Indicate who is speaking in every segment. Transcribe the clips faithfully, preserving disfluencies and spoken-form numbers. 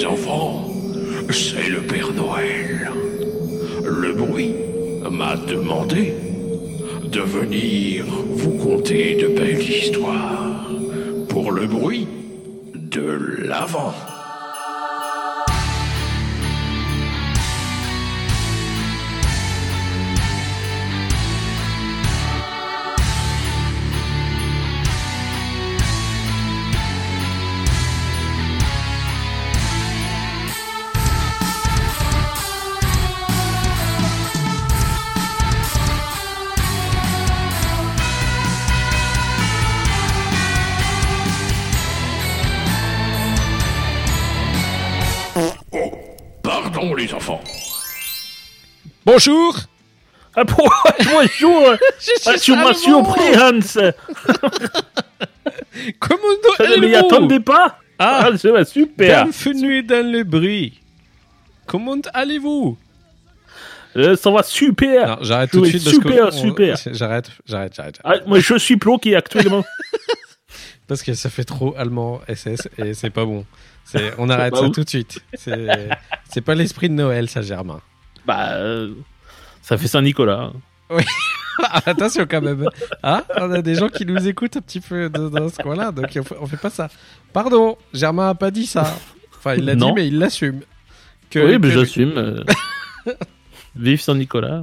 Speaker 1: enfants, c'est le Père Noël. Le bruit m'a demandé de venir vous conter de belles histoires pour le bruit de l'Avent. Pardon les enfants.
Speaker 2: Bonjour.
Speaker 3: Ah, pour... bonjour. Ah, tu m'as surpris, Hans.
Speaker 2: Comment
Speaker 3: Je ne m'y attendais pas.
Speaker 2: Ah,
Speaker 3: Ah, c'est super.
Speaker 2: bienvenue dans le bruit. Comment allez-vous?
Speaker 3: Euh, ça va super.
Speaker 2: Non, j'arrête
Speaker 3: Je
Speaker 2: tout de
Speaker 3: vais
Speaker 2: suite parce
Speaker 3: super,
Speaker 2: que
Speaker 3: super.
Speaker 2: on- J'arrête, j'arrête, j'arrête.
Speaker 3: Ah, moi, je suis bloqué actuellement.
Speaker 2: Parce que ça fait trop allemand S S et c'est pas bon. C'est, on arrête
Speaker 3: Bah
Speaker 2: ça
Speaker 3: oui.
Speaker 2: tout de suite. C'est, c'est pas l'esprit de Noël, ça, Germain.
Speaker 3: bah, euh, ça fait Saint-Nicolas.
Speaker 2: Ah, attention quand même. Ah, on a des gens qui nous écoutent un petit peu dans, dans ce coin-là, donc on fait, on fait pas ça. Pardon, Germain a pas dit ça. Enfin, il l'a dit,
Speaker 3: Non.
Speaker 2: mais il l'assume. Que,
Speaker 3: Oui, mais
Speaker 2: que-
Speaker 3: j'assume. euh. Vive Saint-Nicolas.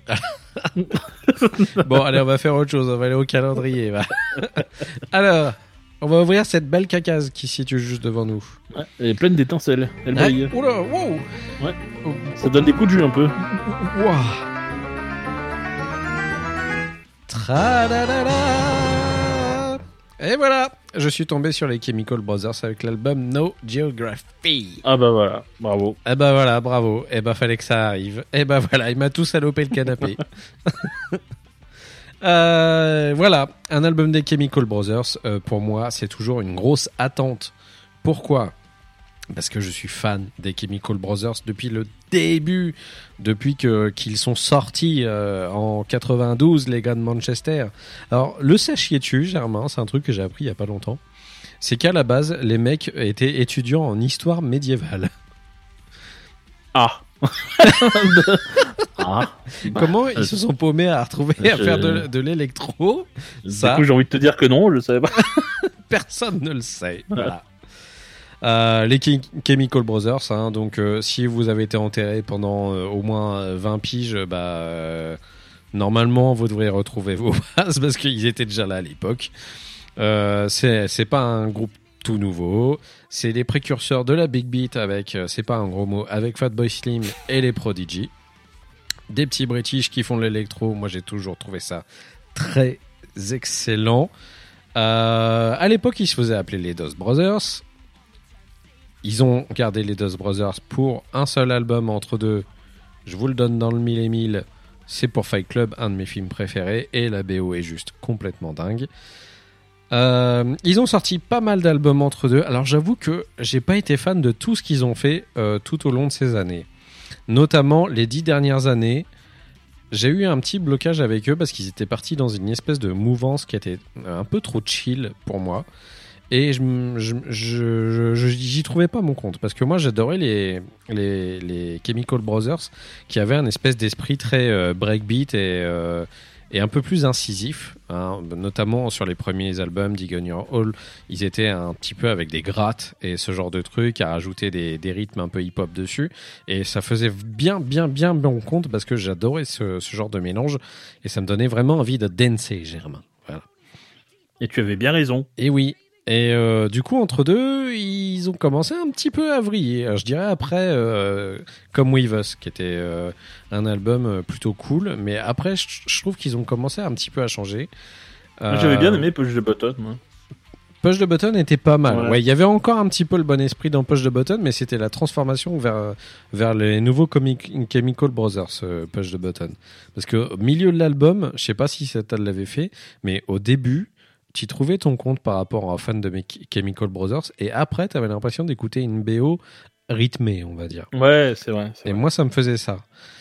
Speaker 2: Bon, allez, on va faire autre chose. On va aller au calendrier. Va. Alors, on va ouvrir cette belle cacaze qui se situe juste devant nous.
Speaker 3: Ouais, elle est pleine d'étincelles. Elle brille.
Speaker 2: Ah, oula, wow.
Speaker 3: Ouais.
Speaker 2: Oh,
Speaker 3: Ça donne des coups de jus un peu.
Speaker 2: Ouah. Tra-la-la-la. Et voilà, je suis tombé sur les Chemical Brothers avec l'album No Geography.
Speaker 3: Ah bah voilà, bravo.
Speaker 2: Eh ben voilà, bravo. Eh ben fallait que ça arrive. Eh ben voilà, il m'a tout salopé le canapé. Euh, voilà, un album des Chemical Brothers. Euh, pour moi, c'est toujours une grosse attente. Pourquoi ? Parce que je suis fan des Chemical Brothers depuis le début, depuis que qu'ils sont sortis euh, en quatre-vingt-douze, les gars de Manchester. Alors, le sachiez-tu, Germain, c'est un truc que j'ai appris il y a pas longtemps. C'est qu'à la base, les mecs étaient étudiants en histoire médiévale.
Speaker 3: Ah. ah.
Speaker 2: Comment
Speaker 3: euh,
Speaker 2: ils se sont paumés à retrouver à
Speaker 3: je-
Speaker 2: faire de, de l'électro? Ça,
Speaker 3: Du coup, j'ai envie de te dire que non, je savais pas.
Speaker 2: personne ne le sait. Voilà. Euh, les Che- Chemical Brothers, hein, donc euh, si vous avez été enterré pendant euh, au moins vingt piges, bah, euh, normalement vous devrez retrouver vos bases parce qu'ils étaient déjà là à l'époque. Euh, c'est, c'est pas un groupe tout nouveau, c'est les précurseurs de la Big Beat avec, euh, c'est pas un gros mot, avec Fatboy Slim et les Prodigy. Des petits British qui font de l'électro, moi j'ai toujours trouvé ça très excellent. Euh, à l'époque, ils se faisaient appeler les Dust Brothers. Ils ont gardé les Dust Brothers pour un seul album entre deux. Je vous le donne dans le mille et mille. C'est pour Fight Club, un de mes films préférés. Et la B O est juste complètement dingue. Euh, ils ont sorti pas mal d'albums entre deux. Alors j'avoue que j'ai pas été fan de tout ce qu'ils ont fait euh, tout au long de ces années. Notamment les dix dernières années. J'ai eu un petit blocage avec eux parce qu'ils étaient partis dans une espèce de mouvance qui était un peu trop chill pour moi. Et je, je, je, je- j'y trouvais pas mon compte. Parce que moi, j'adorais les, les, les Chemical Brothers qui avaient un espèce d'esprit très euh, breakbeat et, euh, et un peu plus incisif. Hein. Notamment sur les premiers albums, Dig on Your Hole, ils étaient un petit peu avec des grattes et ce genre de trucs, à rajouter des, des rythmes un peu hip-hop dessus. Et ça faisait bien, bien, bien bon compte parce que j'adorais ce, ce genre de mélange. Et ça me donnait vraiment envie de danser, Germain. Voilà.
Speaker 3: Et tu avais bien raison.
Speaker 2: Et oui. Et euh, du coup, entre deux, ils ont commencé un petit peu à vriller. Alors, je dirais après, euh, comme With Us, qui était euh, un album euh, plutôt cool. Mais après, je, je trouve qu'ils ont commencé un petit peu à changer.
Speaker 3: Moi, J'avais bien
Speaker 2: Euh,
Speaker 3: aimé Push the Button, moi.
Speaker 2: Push the Button était pas mal.
Speaker 3: Ouais.
Speaker 2: Ouais, il y avait encore un petit peu le bon esprit dans Push the Button, mais c'était la transformation vers, vers les nouveaux comic- Chemical Brothers, euh, Push the Button. Parce que au milieu de l'album, je sais pas si ça l'avait fait, mais au début, tu trouvais ton compte par rapport à un fan de mes Chemical Brothers, et après, tu avais l'impression d'écouter une B O rythmée, on va dire.
Speaker 3: Ouais, c'est vrai. c'est
Speaker 2: Et
Speaker 3: vrai.
Speaker 2: moi, ça me faisait ça.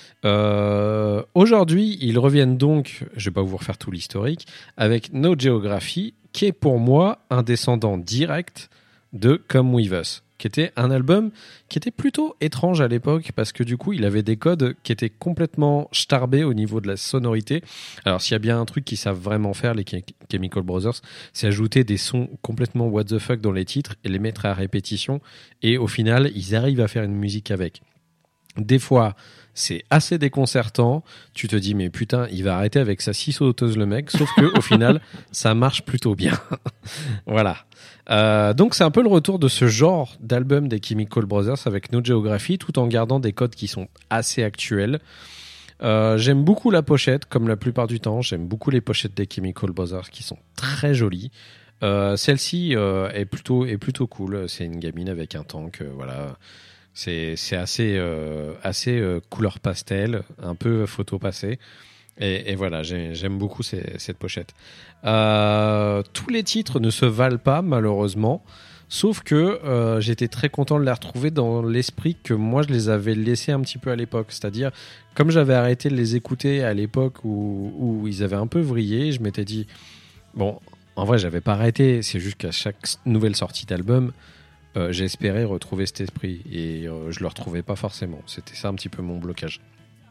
Speaker 2: Euh, aujourd'hui, ils reviennent donc, je vais pas vous refaire tout l'historique, avec No Geography, qui est pour moi un descendant direct de Come With Us, qui était un album qui était plutôt étrange à l'époque parce que du coup il avait des codes qui étaient complètement starbés au niveau de la sonorité. Alors s'il y a bien un truc qu'ils savent vraiment faire, les Chemical Brothers, c'est ajouter des sons complètement what the fuck dans les titres et les mettre à répétition, et au final ils arrivent à faire une musique avec. Des fois c'est assez déconcertant, tu te dis mais putain il va arrêter avec sa scie sauteuse le mec, sauf que au final ça marche plutôt bien. Voilà. Euh, donc c'est un peu le retour de ce genre d'album des Chemical Brothers avec No Geography, tout en gardant des codes qui sont assez actuels. Euh, j'aime beaucoup la pochette, comme la plupart du temps. J'aime beaucoup les pochettes des Chemical Brothers qui sont très jolies. Euh, celle-ci euh, est plutôt est plutôt cool. C'est une gamine avec un tank, euh, voilà. C'est c'est assez euh, assez euh, couleur pastel, un peu photo passée. Et, et voilà, j'ai, j'aime beaucoup ces, cette pochette. Euh, tous les titres ne se valent pas, malheureusement. Sauf que euh, j'étais très content de les retrouver dans l'esprit que moi, je les avais laissés un petit peu à l'époque. C'est-à-dire, comme j'avais arrêté de les écouter à l'époque où, où ils avaient un peu vrillé, je m'étais dit... Bon, en vrai, j'avais pas arrêté. C'est juste qu'à chaque nouvelle sortie d'album, euh, j'espérais retrouver cet esprit. Et euh, je le retrouvais pas forcément. C'était ça un petit peu mon blocage.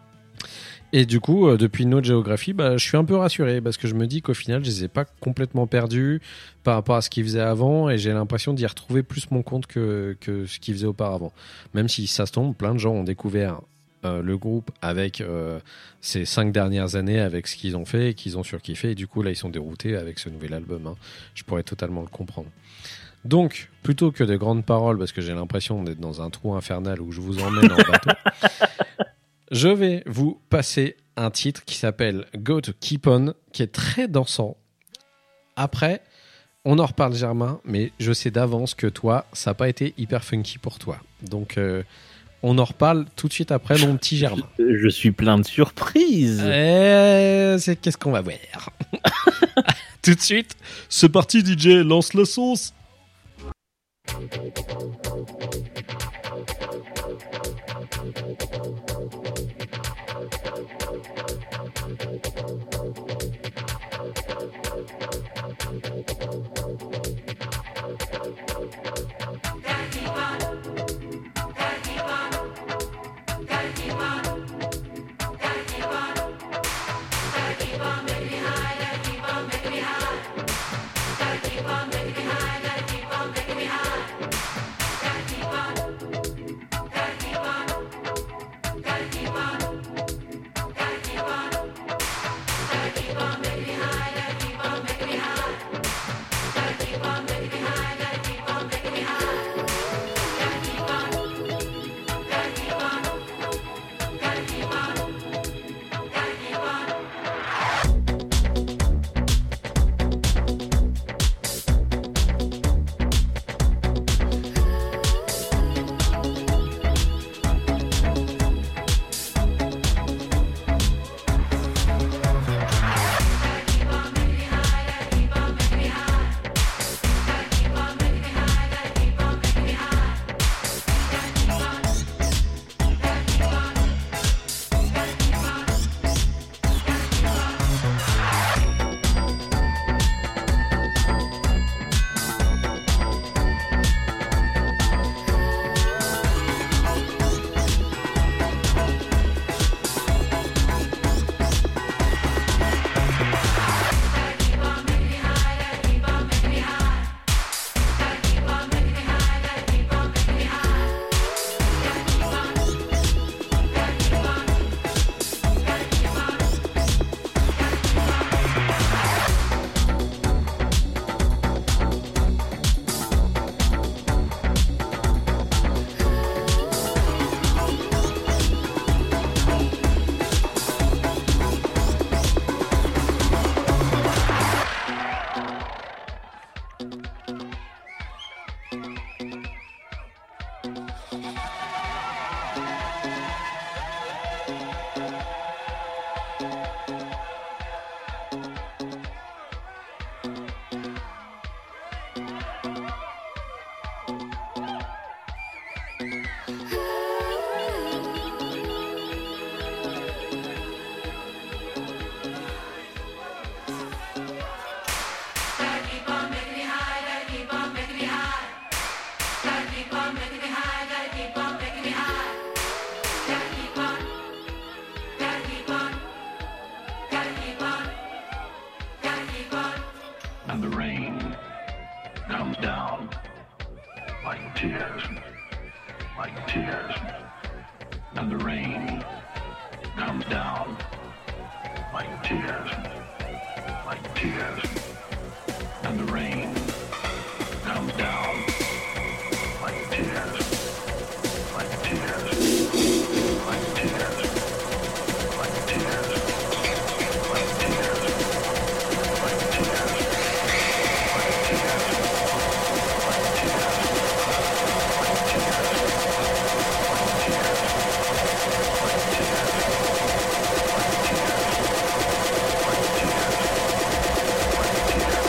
Speaker 2: Et du coup, euh, depuis No Geography, bah, je suis un peu rassuré parce que je me dis qu'au final, je les ai pas complètement perdus par rapport à ce qu'ils faisaient avant, et j'ai l'impression d'y retrouver plus mon compte que, que ce qu'ils faisaient auparavant. Même si ça se tombe, plein de gens ont découvert euh, le groupe avec euh, ces cinq dernières années, avec ce qu'ils ont fait et qu'ils ont surkiffé, et du coup là ils sont déroutés avec ce nouvel album. Hein. Je pourrais totalement le comprendre. Donc, plutôt que de grandes paroles, parce que j'ai l'impression d'être dans un trou infernal où je vous emmène en bateau, je vais vous passer un titre qui s'appelle Go to Keep On, qui est très dansant. Après, on en reparle, Germain, mais je sais d'avance que toi, ça n'a pas été hyper funky pour toi. Donc, euh, on en reparle tout de suite après, mon petit Germain.
Speaker 3: Je suis plein de surprises.
Speaker 2: Et c'est qu'est-ce qu'on va voir. Tout de suite, c'est parti D J, lance la sauce.
Speaker 4: Keep on, baby, high, keep on, making me high. Gotta keep on, making me high.
Speaker 1: and the rain comes down like tears, like tears, and the rain comes down like tears, like tears, and the rain comes down like tears, like tears, like tears, like tears, like tears, like tears, like tears, like tears, like tears, like tears, like tears, like tears, like tears, like tears.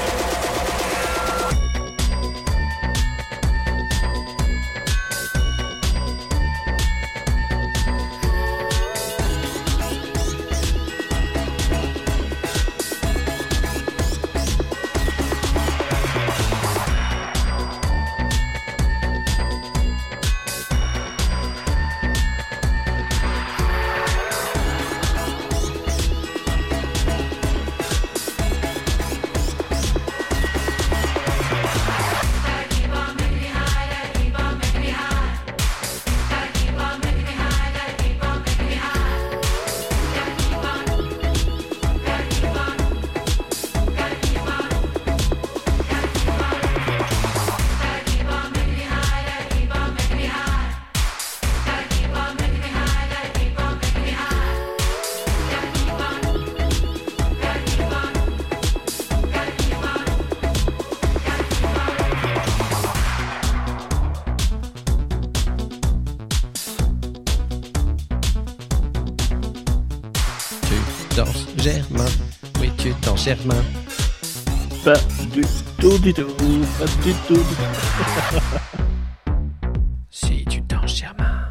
Speaker 2: danses, Germain. Oui, tu danses, Germain.
Speaker 3: Pas du tout, du tout, pas du tout. Du tout.
Speaker 2: Si tu danses, Germain.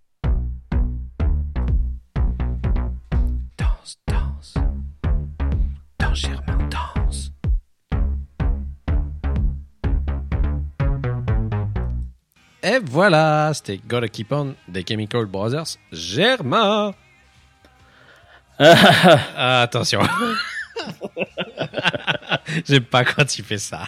Speaker 2: Danse, danse. Danse, Germain, danse. Et voilà, c'était Gotta Keep On des Chemical Brothers, Germain. Ah, attention. J'aime pas quand il fait ça.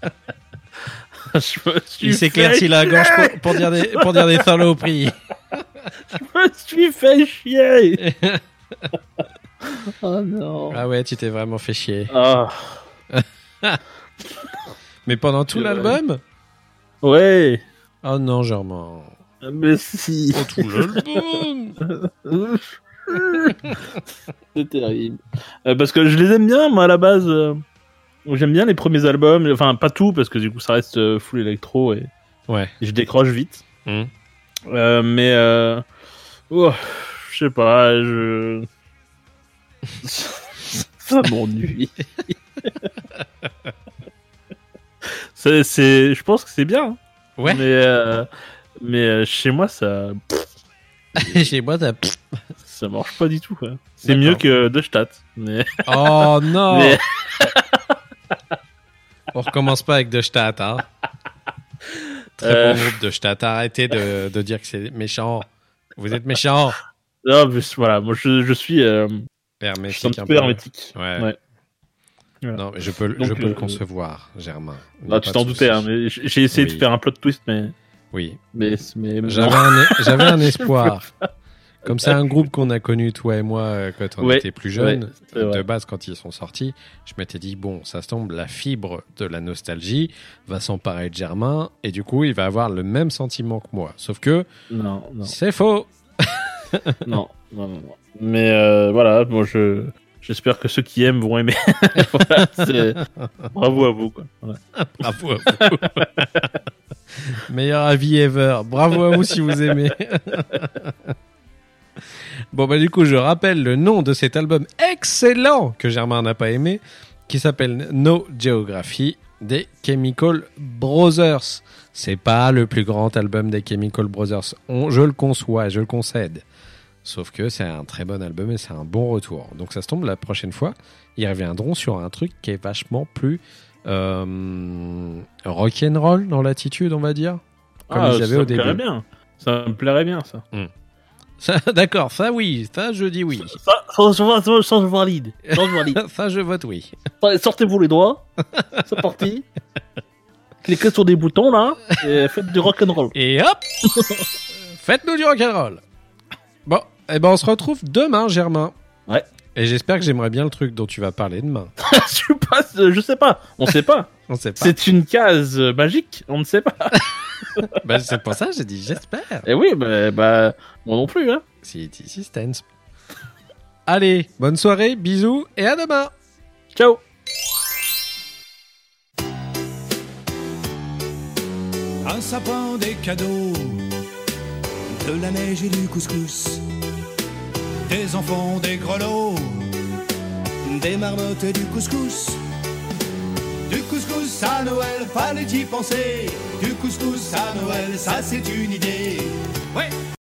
Speaker 3: Je me suis
Speaker 2: Il s'éclaircit
Speaker 3: fait
Speaker 2: la gorge pour, pour dire des, pour dire des saloperies.
Speaker 3: Je me suis fait chier. Oh non.
Speaker 2: Ah ouais, tu t'es vraiment fait chier.
Speaker 3: Ah.
Speaker 2: Mais pendant tout
Speaker 3: Ouais.
Speaker 2: l'album?
Speaker 3: Ouais.
Speaker 2: Oh non, Germain.
Speaker 3: Mais si.
Speaker 2: Oh, tout l'album.
Speaker 3: C'est terrible. Euh, parce que je les aime bien, moi, à la base. euh, J'aime bien les premiers albums. Enfin, pas tout, parce que du coup, ça reste euh, full électro et,
Speaker 2: Ouais.
Speaker 3: et je décroche vite.
Speaker 2: Hmm.
Speaker 3: Euh, mais. Euh... oh, je sais pas, je. Ça m'ennuie. c'est, c'est... Je pense que c'est bien. hein.
Speaker 2: Ouais.
Speaker 3: Mais, euh... mais euh, chez moi, ça.
Speaker 2: Chez moi, t'as...
Speaker 3: Ça marche pas du tout, quoi. C'est
Speaker 2: D'accord.
Speaker 3: mieux que De Stadt. Mais...
Speaker 2: Oh non.
Speaker 3: Mais-
Speaker 2: On recommence pas avec De Stadt, hein. Très
Speaker 3: Euh.
Speaker 2: bon groupe De Stadt. Arrêtez de, de dire que c'est méchant. Vous êtes méchant.
Speaker 3: Non, mais voilà, moi je, je suis. Euh... Je suis un
Speaker 2: Hermétique
Speaker 3: petit
Speaker 2: un
Speaker 3: peu
Speaker 2: peu.
Speaker 3: hermétique.
Speaker 2: Ouais.
Speaker 3: Ouais.
Speaker 2: Non, mais je peux,
Speaker 3: Donc,
Speaker 2: je peux
Speaker 3: euh,
Speaker 2: le concevoir, Germain. Il y a
Speaker 3: Bah,
Speaker 2: pas
Speaker 3: tu
Speaker 2: de
Speaker 3: t'en
Speaker 2: souci.
Speaker 3: doutais, hein, mais j- j'ai essayé
Speaker 2: Oui.
Speaker 3: de faire un plot twist, mais.
Speaker 2: Oui.
Speaker 3: mais, mais non.
Speaker 2: J'avais un, j'avais un espoir. Comme c'est un groupe qu'on a connu, toi et moi, euh, quand on
Speaker 3: Ouais,
Speaker 2: était plus jeunes,
Speaker 3: ouais, c'est vrai.
Speaker 2: de base, quand ils sont sortis, je m'étais dit, bon, ça se tombe, la fibre de la nostalgie va s'emparer de Germain, et du coup, il va avoir le même sentiment que moi. Sauf que,
Speaker 3: Non, non,
Speaker 2: c'est faux.
Speaker 3: non, non, non, non. Mais euh, voilà, moi je. J'espère que ceux qui aiment vont aimer. Voilà, c'est... Bravo à vous, quoi. Voilà.
Speaker 2: Bravo à vous. Meilleur avis ever. Bravo à vous si vous aimez. Bon, bah, du coup, je rappelle le nom de cet album excellent que Germain n'a pas aimé, qui s'appelle No Geography des Chemical Brothers. C'est pas le plus grand album des Chemical Brothers. On, je le conçois, je le concède. Sauf que c'est un très bon album et c'est un bon retour. Donc ça se tombe, la prochaine fois, ils reviendront sur un truc qui est vachement plus euh, rock'n'roll dans l'attitude, on va dire. Comme
Speaker 3: Ah,
Speaker 2: ils avaient
Speaker 3: ça
Speaker 2: au
Speaker 3: me plairait
Speaker 2: début.
Speaker 3: bien. Ça me plairait bien, ça.
Speaker 2: Ça, d'accord, ça oui, ça je dis oui.
Speaker 3: Ça, ça, ça, ça, ça, je valide. Ça, je valide.
Speaker 2: Ça je vote oui.
Speaker 3: Allez, sortez-vous les doigts. C'est parti. Cliquez sur des boutons là et faites du rock'n'roll.
Speaker 2: Et hop. Faites-nous du rock'n'roll. Bon, eh ben on se retrouve demain, Germain.
Speaker 3: Ouais.
Speaker 2: Et j'espère que j'aimerais bien le truc dont tu vas parler demain.
Speaker 3: je suis pas, je sais pas. On sait pas.
Speaker 2: On sait pas.
Speaker 3: C'est une case magique. On ne sait pas.
Speaker 2: Bah, c'est pour ça que j'ai dit j'espère.
Speaker 3: Et oui, bah, bah moi non plus, hein.
Speaker 2: Si, si, si, Allez, bonne soirée, bisous et à demain.
Speaker 3: Ciao.
Speaker 4: Un sapin, des cadeaux, de la neige et du couscous, des enfants, des grelots, des marmottes et du couscous. Du couscous à Noël, fallait y penser. Du couscous à Noël, ça c'est une idée. Ouais.